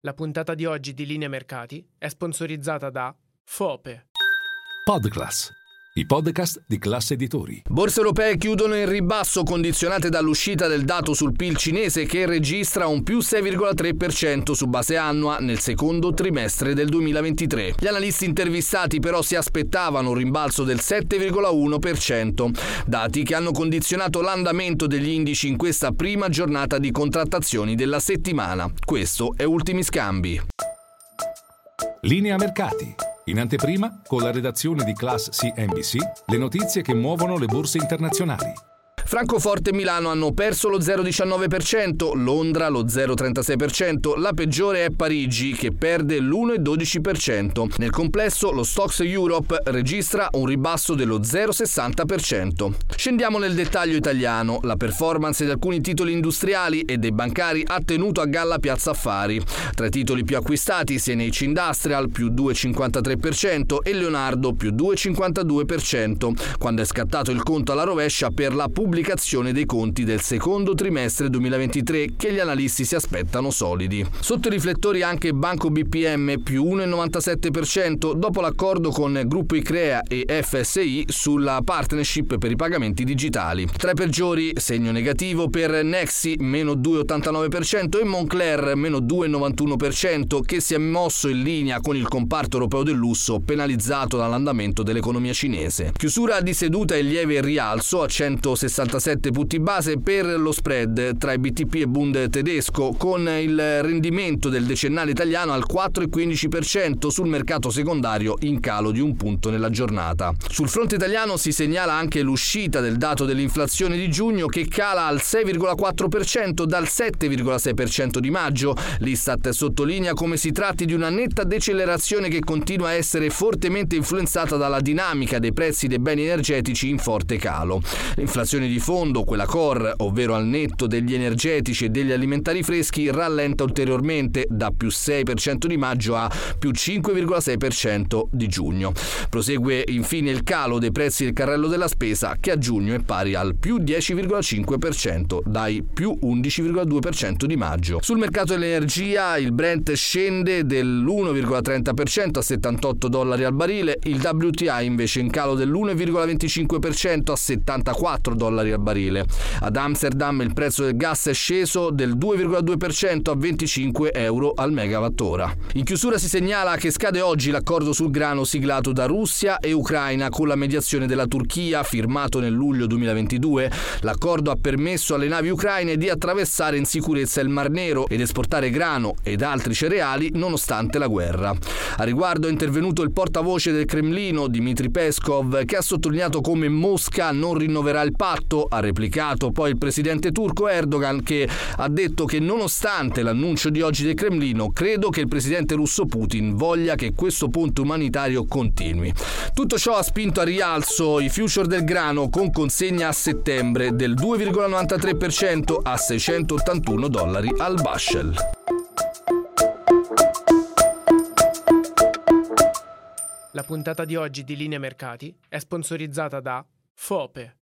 La puntata di oggi di Linea Mercati è sponsorizzata da Fope. Podclass, i podcast di Classe Editori. Borse europee chiudono in ribasso, condizionate dall'uscita del dato sul PIL cinese che registra un più 6,3% su base annua nel secondo trimestre del 2023. Gli analisti intervistati però si aspettavano un rimbalzo del 7,1%, dati che hanno condizionato l'andamento degli indici in questa prima giornata di contrattazioni della settimana. Questo è Ultimi Scambi. Linea Mercati. In anteprima, con la redazione di Class CNBC, le notizie che muovono le borse internazionali. Francoforte e Milano hanno perso lo 0,19%, Londra lo 0,36%, la peggiore è Parigi che perde l'1,12%. Nel complesso lo Stoxx Europe registra un ribasso dello 0,60%. Scendiamo nel dettaglio italiano. La performance di alcuni titoli industriali e dei bancari ha tenuto a galla Piazza Affari. Tra i titoli più acquistati CNH Industrial più 2,53% e Leonardo più 2,52%, quando è scattato il conto alla rovescia per la pubblicazione dei conti del secondo trimestre 2023 che gli analisti si aspettano solidi. Sotto i riflettori anche Banco BPM più 1,97% dopo l'accordo con Gruppo Icrea e FSI sulla partnership per i pagamenti digitali. Tra i peggiori segno negativo per Nexi meno 2,89% e Moncler meno 2,91% che si è mosso in linea con il comparto europeo del lusso penalizzato dall'andamento dell'economia cinese. Chiusura di seduta e lieve rialzo a 167 punti base per lo spread tra i BTP e Bund tedesco, con il rendimento del decennale italiano al 4,15% sul mercato secondario in calo di un punto nella giornata. Sul fronte italiano si segnala anche l'uscita del dato dell'inflazione di giugno che cala al 6,4% dal 7,6% di maggio. L'Istat sottolinea come si tratti di una netta decelerazione che continua a essere fortemente influenzata dalla dinamica dei prezzi dei beni energetici in forte calo. L'inflazione di fondo, quella core, ovvero al netto degli energetici e degli alimentari freschi, rallenta ulteriormente da più 6% di maggio a più 5,6% di giugno. Prosegue infine il calo dei prezzi del carrello della spesa che a giugno è pari al più 10,5% dai più 11,2% di maggio. Sul mercato dell'energia il Brent scende dell'1,30% a $78 al barile, il WTI invece in calo dell'1,25% a $74 al barile. Ad Amsterdam il prezzo del gas è sceso del 2,2% a 25 euro al megawattora. In chiusura si segnala che scade oggi l'accordo sul grano siglato da Russia e Ucraina con la mediazione della Turchia, firmato nel luglio 2022. L'accordo ha permesso alle navi ucraine di attraversare in sicurezza il Mar Nero ed esportare grano ed altri cereali nonostante la guerra. A riguardo è intervenuto il portavoce del Cremlino, Dmitry Peskov, che ha sottolineato come Mosca non rinnoverà il patto. Ha replicato poi il presidente turco Erdogan, che ha detto che nonostante l'annuncio di oggi del Cremlino, credo che il presidente russo Putin voglia che questo ponte umanitario continui. Tutto ciò ha spinto a rialzo i future del grano con consegna a settembre del 2,93% a $681 al bushel. La puntata di oggi di Linea Mercati è sponsorizzata da Fope.